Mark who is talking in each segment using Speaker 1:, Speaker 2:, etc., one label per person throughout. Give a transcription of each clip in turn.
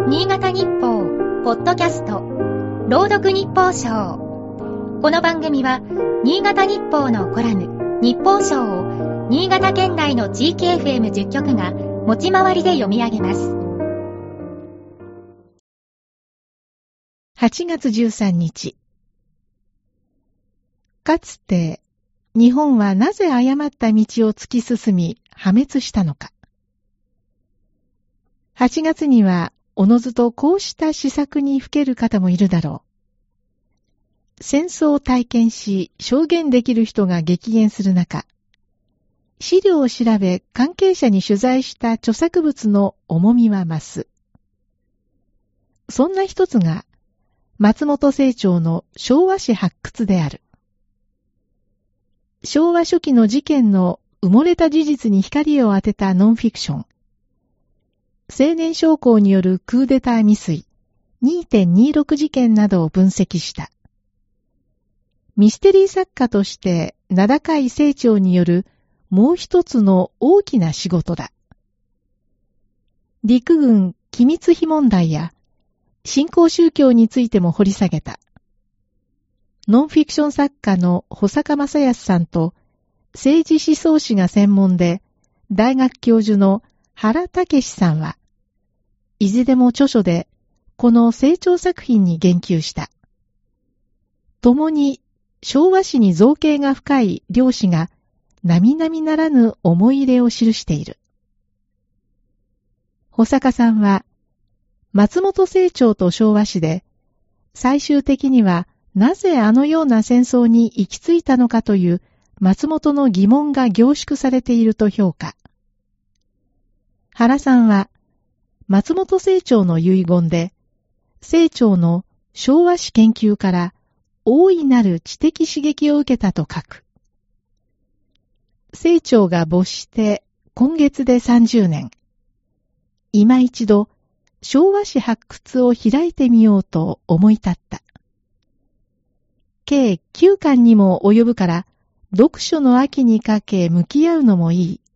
Speaker 1: 新潟日報ポッドキャスト朗読日報賞。この番組は新潟日報のコラム日報賞を新潟県内の地域 FM10 局が持ち回りで読み上げます。
Speaker 2: 8月13日。かつて日本はなぜ誤った道を突き進み破滅したのか。8月にはおのずとこうした思索にふける方もいるだろう。戦争を体験し証言できる人が激減する中、資料を調べ関係者に取材した著作物の重みは増す。そんな一つが松本清張の昭和史発掘である。昭和初期の事件の埋もれた事実に光を当てたノンフィクション。青年将校によるクーデター未遂、2.26 事件などを分析した。ミステリー作家として名高い清張によるもう一つの大きな仕事だ。陸軍機密費問題や新興宗教についても掘り下げた。ノンフィクション作家の保坂正康さんと政治思想史が専門で大学教授の原武さんはいずれも著書でこの清張作品に言及した。共に昭和史に造詣が深い両氏が並々ならぬ思い入れを記している。保坂さんは松本清張と昭和史で最終的にはなぜあのような戦争に行き着いたのかという松本の疑問が凝縮されていると評価。原さんは松本清張の遺言で清張の昭和史研究から大いなる知的刺激を受けたと書く。清張が没して今月で30年。今一度昭和史発掘を開いてみようと思い立った。計9巻にも及ぶから読書の秋にかけ向き合うのもいい。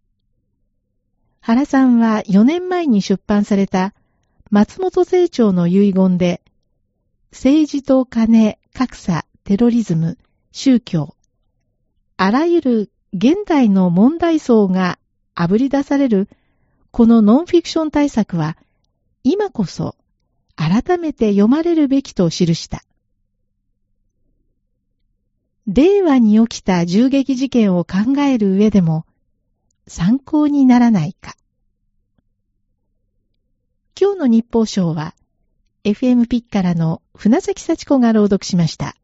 Speaker 2: 原さんは4年前に出版された松本清張の遺言で政治と金、格差、テロリズム、宗教、あらゆる現代の問題層があぶり出されるこのノンフィクション大作は今こそ改めて読まれるべきと記した。令和に起きた銃撃事件を考える上でも参考にならないか。今日の日報賞は FM ピッからの船崎幸子が朗読しました。